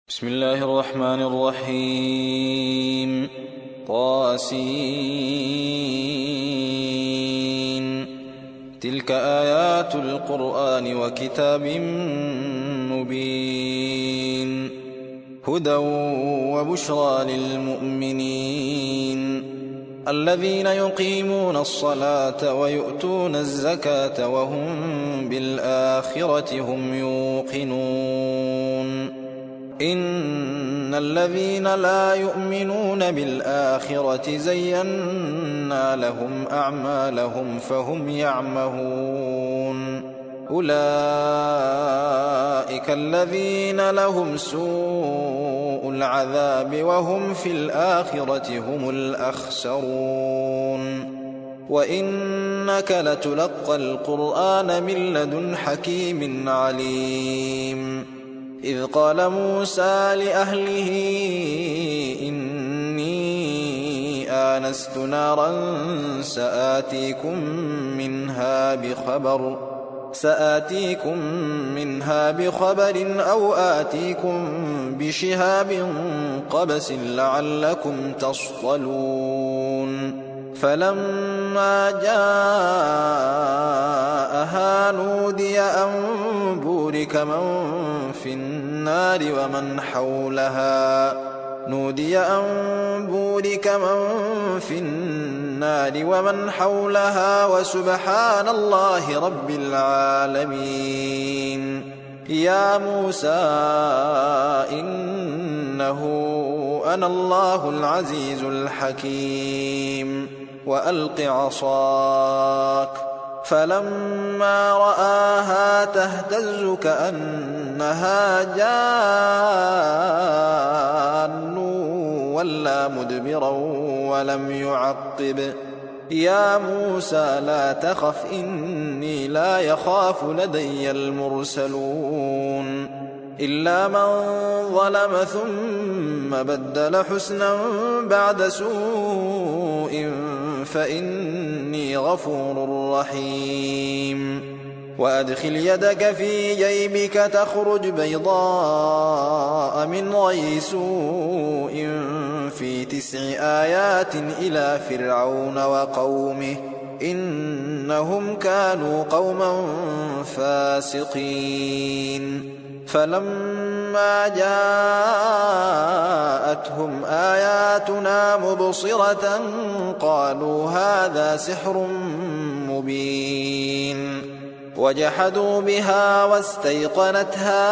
بسم الله الرحمن الرحيم. طاسين. تلك آيات القرآن وكتاب مبين، هدى وبشرى للمؤمنين الذين يقيمون الصلاة ويؤتون الزكاة وهم بالآخرة هم يوقنون. إن الذين لا يؤمنون بالآخرة زينا لهم أعمالهم فهم يعمهون. أولئك الذين لهم سوء العذاب وهم في الآخرة هم الأخسرون. وإنك لتلقى القرآن من لدن حكيم عليم. إذ قال موسى لأهله إني آنست نارا سآتيكم منها بخبر أو آتيكم بشهاب قبس لعلكم تصطلون. فلما جاءها نودي أن بورك من في النار ومن حولها وسبحان الله رب العالمين. يا موسى إنه أنا الله العزيز الحكيم وألق عصاك. فلما رآها تهتز كأنها جان ولا مدبرا ولم يعقب. يا موسى لا تخف إني لا يخاف لدي المرسلون. إلا من ظلم ثم بدل حسنا بعد سوء فإني غفور رحيم. وأدخل يدك في جيبك تخرج بيضاء من غير سوء في 9 آيات إلى فرعون وقومه إنهم كانوا قوما فاسقين. فلما جاءتهم آياتنا مبصرة قالوا هذا سحر مبين. وجحدوا بها واستيقنتها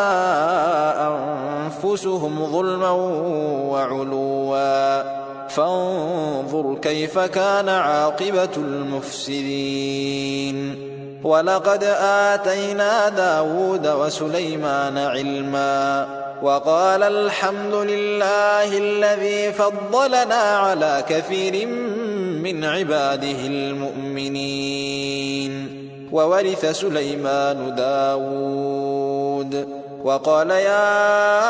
أنفسهم ظلما وعلوا فانظر كيف كان عاقبة المفسدين. ولقد آتينا داود وسليمان علما وقال الحمد لله الذي فضلنا على كثير من عباده المؤمنين. وورث سليمان داود وقال يا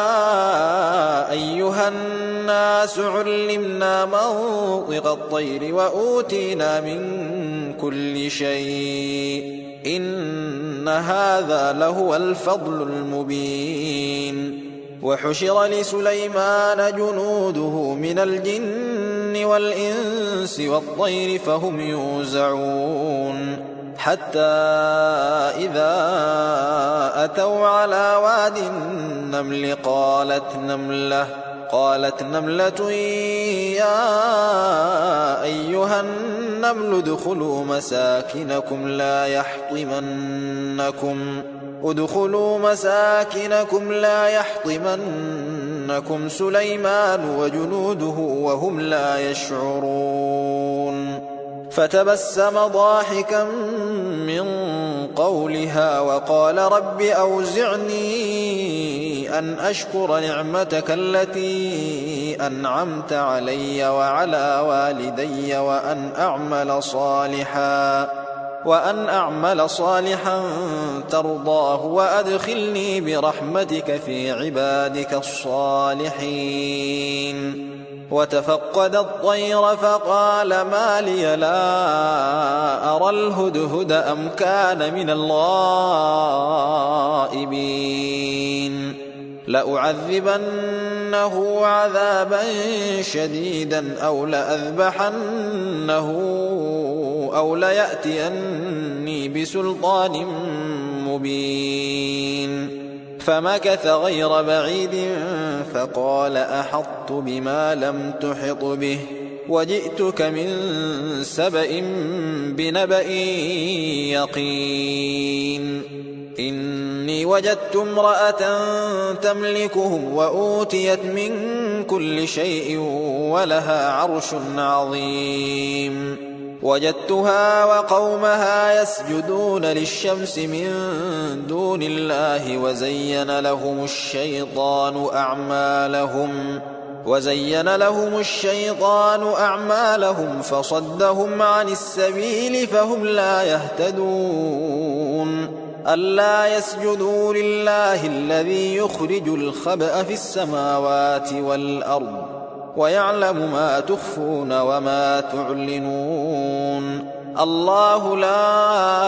أيها الناس علمنا منطق الطير وأوتينا من كل شيء إن هذا لهو الفضل المبين. وحشر لسليمان جنوده من الجن والإنس والطير فهم يوزعون. حتى إذا أتوا على واد النمل قالت نملة يا أيها النمل ادخلوا مساكنكم لا يحطمنكم سليمان وجنوده وهم لا يشعرون. فتبسم ضاحكا من قولها وقال رب أوزعني أن أشكر نعمتك التي أنعمت علي وعلى والدي وأن أعمل صالحا ترضاه وأدخلني برحمتك في عبادك الصالحين. وتفقد الطير فقال ما لي لا أرى الهدهد أم كان من الغائبين لأعذبنه عذابا شديدا أو لأذبحنه أو ليأتيني بسلطان مبين. فمكث غير بعيد فقال أحطت بما لم تحط به وجئتك من سبأ بنبأ يقين. إني وجدت امرأة تملكهم وأوتيت من كل شيء ولها عرش عظيم. وجدتها وقومها يسجدون للشمس من دون الله وزين لهم الشيطان أعمالهم فصدهم عن السبيل فهم لا يهتدون. ألا يسجدوا لله الذي يخرج الخبأ في السماوات والأرض ويعلم ما تخفون وما تعلنون. الله لا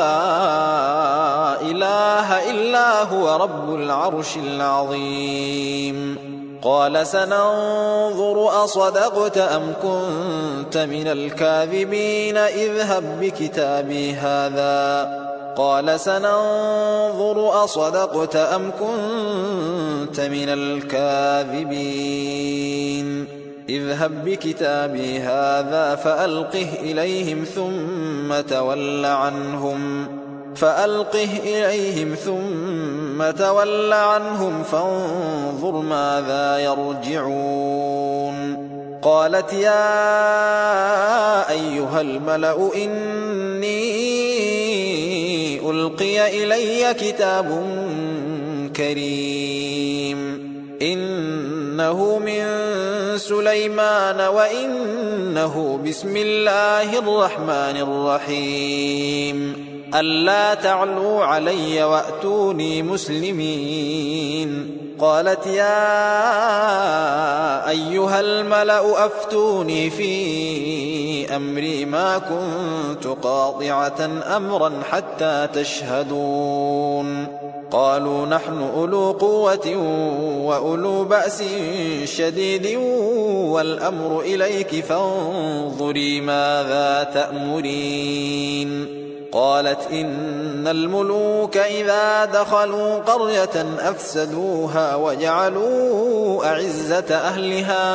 إله إلا هو رب العرش العظيم. قال سننظر أصدقت أم كنت من الكاذبين اذهب بكتابي هذا. قال سننظر أصدقت أم كنت من الكاذبين اذهب بكتابي هذا فألقه إليهم ثم تول عنهم فانظر ماذا يرجعون. قالت يا أيها الملأ إني ألقي إلي كتاب كريم إنه من سليمان وإنه بسم الله الرحمن الرحيم ألا تعلوا علي وأتوني مسلمين. قالت يا أيها الملأ أفتوني في أمري ما كنت قاطعة أمرا حتى تشهدون. قالوا نحن أولو قوة وأولو بأس شديد والأمر إليك فانظري ماذا تأمرين. قالت إن الملوك إذا دخلوا قرية أفسدوها وجعلوا أعزة أهلها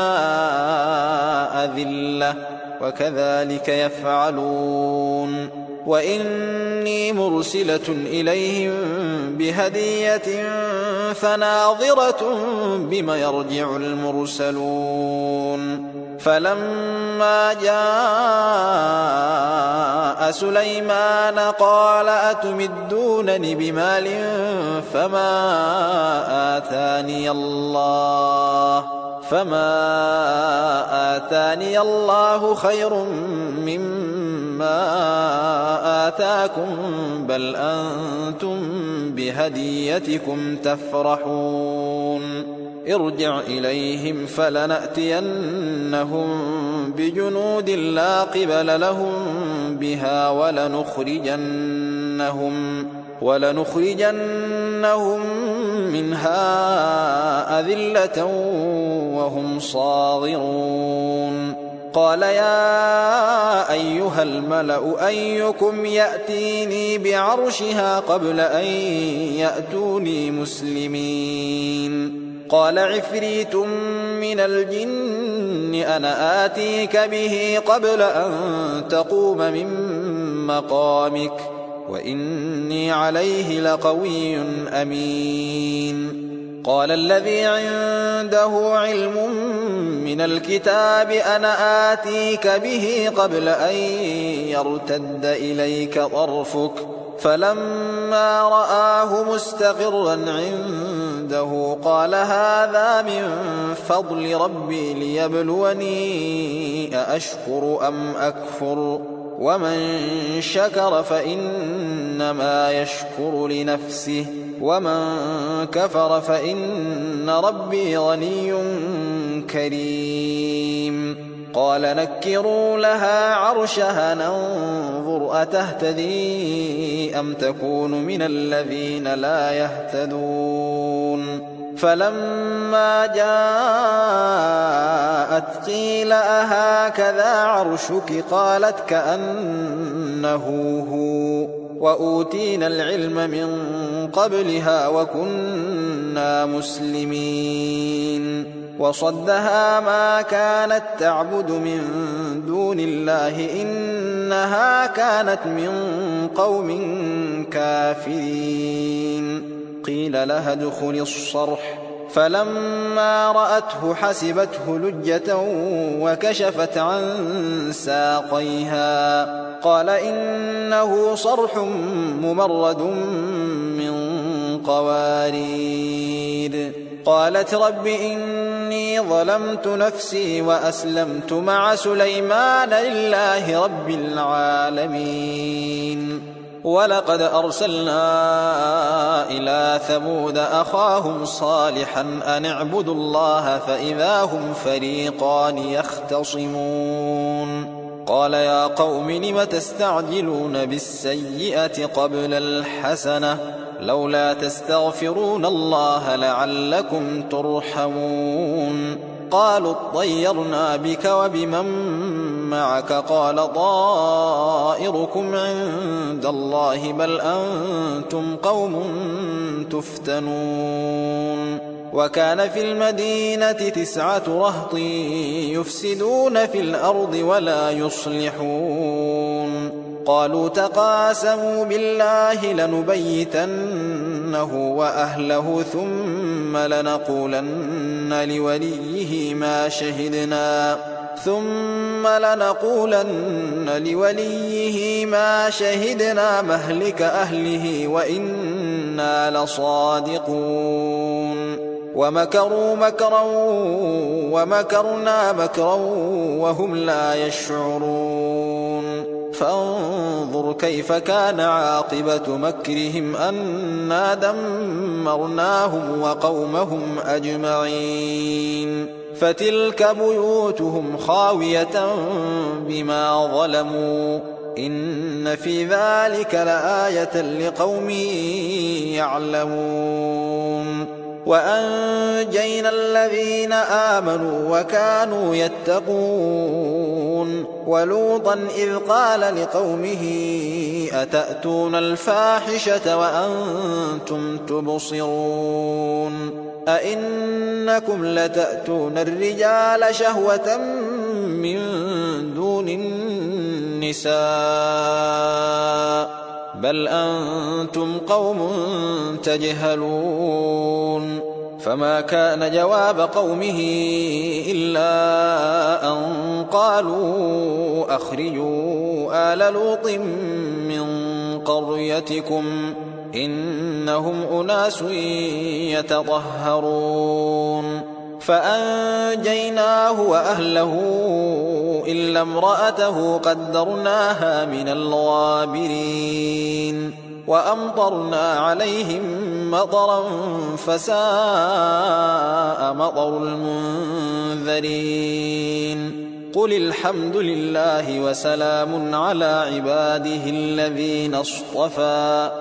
أذلة وكذلك يفعلون. وإني مرسلة إليهم بهدية فناظرة بم يرجع المرسلون. فلما جاء سليمان قال أتمدونني بمال فما آتاني الله خير مما آتاكم بل أنتم بهديتكم تفرحون. ارجع إليهم فلنأتينهم بجنود لا قبل لهم بها ولنخرجنهم منها أذلة وهم صاغرون. قال يا أيها الملأ أيكم يأتيني بعرشها قبل أن يأتوني مسلمين. قال عفريت من الجن أنا آتيك به قبل أن تقوم من مقامك وإني عليه لقوي أمين. قال الذي عنده علم من الكتاب أنا آتيك به قبل أن يرتد إليك طرفك فلما رآه مستقرا عنده قال هذا من فضل ربي ليبلوني أأشكر أم أكفر ومن شكر فإنما يشكر لنفسه ومن كفر فإن ربي غني كريم. قال نكروا لها عرشها ننظر أتهتدي أم تكون من الذين لا يهتدون. فلما جاءت قيل أهكذا عرشك قالت كأنه هو وأوتينا العلم من قبلها وكنا مسلمين وصدها ما كانت تعبد من دون الله إنها كانت من قوم كافرين قيل لها ادخل الصرح فلما رأته حسبته لجة وكشفت عن ساقيها قال إنه صرح ممرد من قوارير قالت رب إني ظلمت نفسي وأسلمت مع سليمان لله رب العالمين ولقد أرسلنا إلى ثمود أخاهم صالحا أن اعبدوا الله فإذا هم فريقان يختصمون قال يا قوم لم تستعجلون بالسيئة قبل الحسنة لولا تستغفرون الله لعلكم ترحمون قالوا اطيرنا بك وبمن معك قال طائركم عند الله بل أنتم قوم تفتنون وكان في المدينة 9 رهط يفسدون في الأرض ولا يصلحون قالوا تقاسموا بالله لنبيتنه وأهله ثم لنقولن لوليه ما شهدنا مهلك أهله وإنا لصادقون ومكروا مكرا ومكرنا مكرا وهم لا يشعرون فانظر كيف كان عاقبة مكرهم أنا دمرناهم وقومهم أجمعين فتلك بيوتهم خاوية بما ظلموا إن في ذلك لآية لقوم يعلمون وأنجينا الذين آمنوا وكانوا يتقون ولوطا إذ قال لقومه أتأتون الفاحشة وأنتم تبصرون أئنكم لتأتون الرجال شهوة من دون النساء بل أنتم قوم تجهلون فما كان جواب قومه إلا أن قالوا أخرجوا آل لوط من قريتكم إنهم أناس يتطهرون فأنجيناه وأهله إلا امرأته قدرناها من الغابرين وأمطرنا عليهم مطرا فساء مطر المنذرين قل الحمد لله وسلام على عباده الذين اصطفى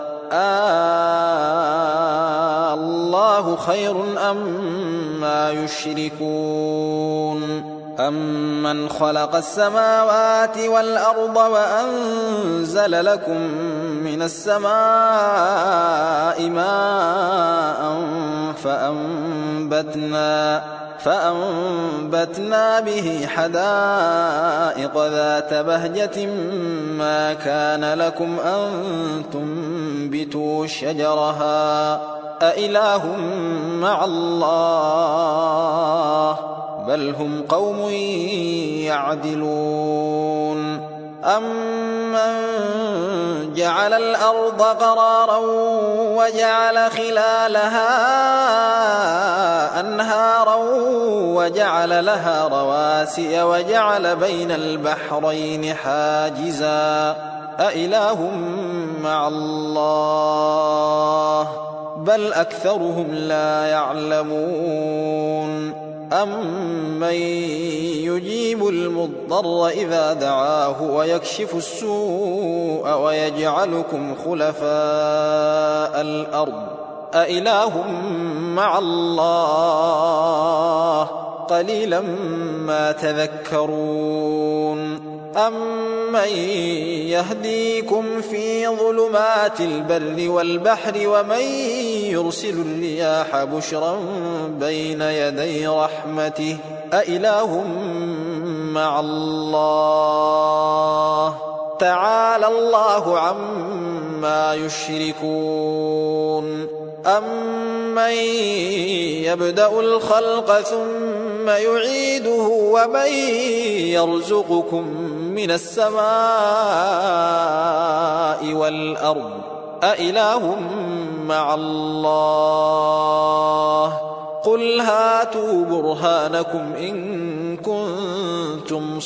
الله خير أما يشركون أمن خلق السماوات والأرض وأنزل لكم من السماء ماء فأنبتنا به حدائق ذات بهجة ما كان لكم أن تنبتوا شجرها أإله مع الله بل هم قوم يعدلون أمن جعل الأرض قرارا وجعل خلالها أنهارا وجعل لها رواسي وجعل بين البحرين حاجزا أإله مع الله بل أكثرهم لا يعلمون أمن يجيب المضطر إذا دعاه ويكشف السوء ويجعلكم خلفاء الأرض أإله مع الله قليلا ما تذكرون أمن يهديكم في ظلمات البر والبحر ومن يرسل الرياح بشرا بين يدي رحمته أإله مع الله تعالى الله عما يشركون أمن يبدأ الخلق ثم يعيده ومن يرزقكم من السماء والأرض أإله مع الله قل هاتوا برهانكم إن كنتم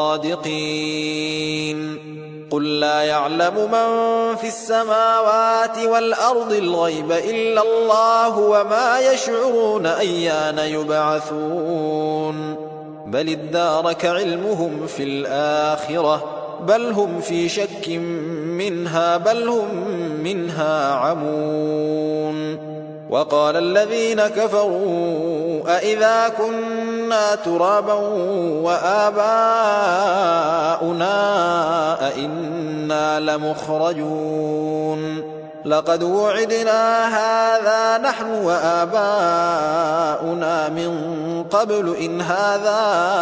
صادقين قل لا يعلم من في السماوات والأرض الغيب إلا الله وما يشعرون أيان يبعثون بل ادارك علمهم في الآخرة بل هم في شك منها بل هم منها عمون وقال الذين كفروا أإذا كنا ترابا وآباؤنا أإنا لمخرجون لقد وعدنا هذا نحن وآباؤنا من قبل إن هذا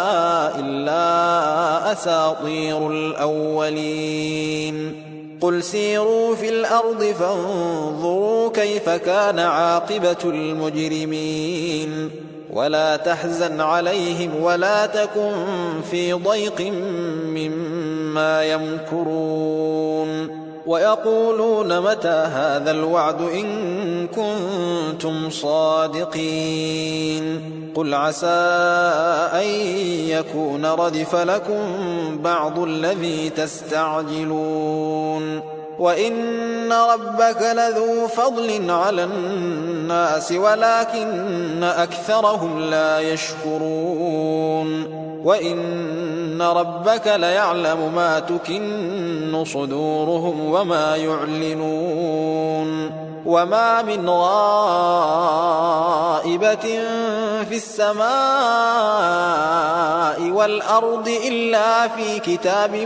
إلا أساطير الأولين قل سيروا في الأرض فانظروا كيف كان عاقبة المجرمين ولا تحزن عليهم ولا تكن في ضيق مما يمكرون ويقولون متى هذا الوعد إن كنتم صادقين قل عسى أن يكون ردف لكم بعض الذي تستعجلون وإن ربك لذو فضل على الناس ولكن أكثرهم لا يشكرون وإن ربك ليعلم ما تكن صدورهم وما يعلنون وما من غائبة في السماء والأرض إلا في كتاب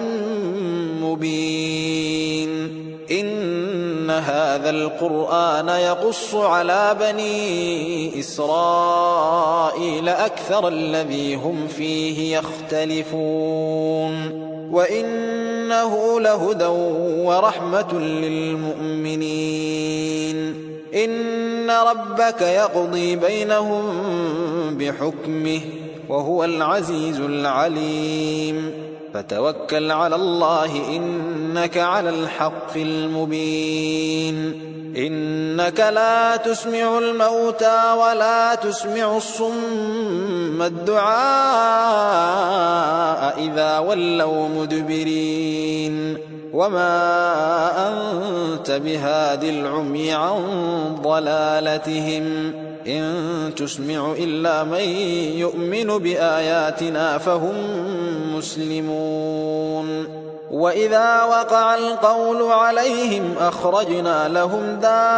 مبين إن هذا القرآن يقص على بني إسرائيل أكثر الذي هم فيه يختلفون وإنه لهدى ورحمة للمؤمنين إن ربك يقضي بينهم بحكمه وهو العزيز العليم فتوكل على الله إنك على الحق المبين إنك لا تسمع الموتى ولا تسمع الصم الدعاء إذا ولوا مدبرين وما أنت بهاد العمي عن ضلالتهم إن تسمع إلا من يؤمن بآياتنا فهم مسلمون وإذا وقع القول عليهم أخرجنا لهم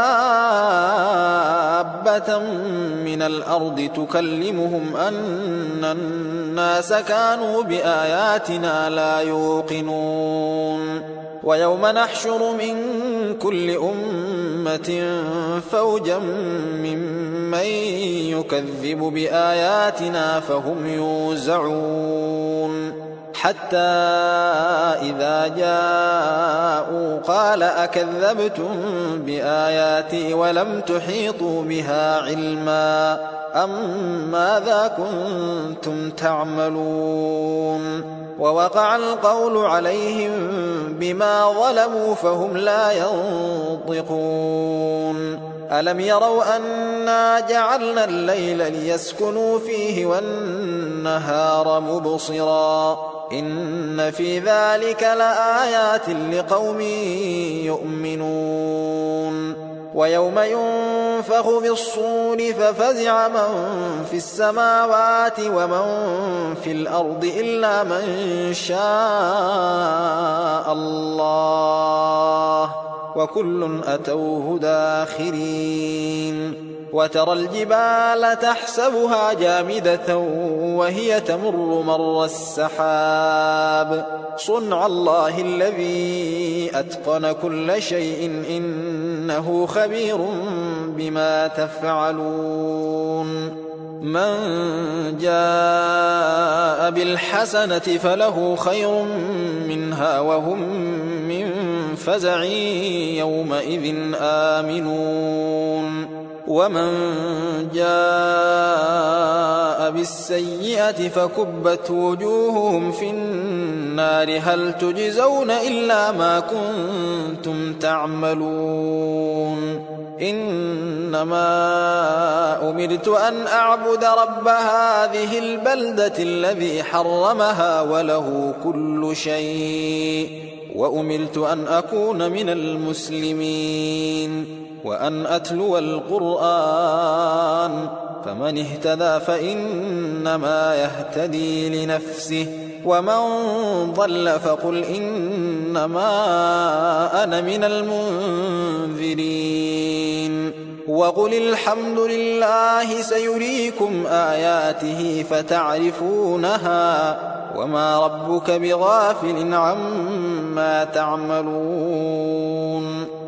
دابة من الأرض تكلمهم أن الناس كانوا بآياتنا لا يوقنون ويوم نحشر من كل أمة فوجا ممن يكذب بآياتنا فهم يوزعون حتى إذا جاءوا قال أكذبتم بآياتي ولم تحيطوا بها علما أم ماذا كنتم تعملون ووقع القول عليهم بما ظلموا فهم لا ينطقون ألم يروا أنا جعلنا الليل ليسكنوا فيه والنهار مبصرا إن في ذلك لآيات لقوم يؤمنون ويوم ينفخ في الصور ففزع من في السماوات ومن في الأرض إلا من شاء الله وكل أتوه داخرين وترى الجبال تحسبها جامدة وهي تمر مر السحاب صنع الله الذي أتقن كل شيء إنه خبير بما تفعلون من جاء بالحسنة فله خير منها وهم من فزع يومئذ آمنون ومن جاء بالسيئة فكبت وجوههم في النار هل تجزون إلا ما كنتم تعملون إنما أمرت أن أعبد رب هذه البلدة الذي حرمها وله كل شيء وأمرت أن أكون من المسلمين وأن أتلو القرآن فمن اهتدى فإنما يهتدي لنفسه ومن ضل فقل إنما أنا من المنذرين وقل الحمد لله سيريكم آياته فتعرفونها وما ربك بغافل عما تعملون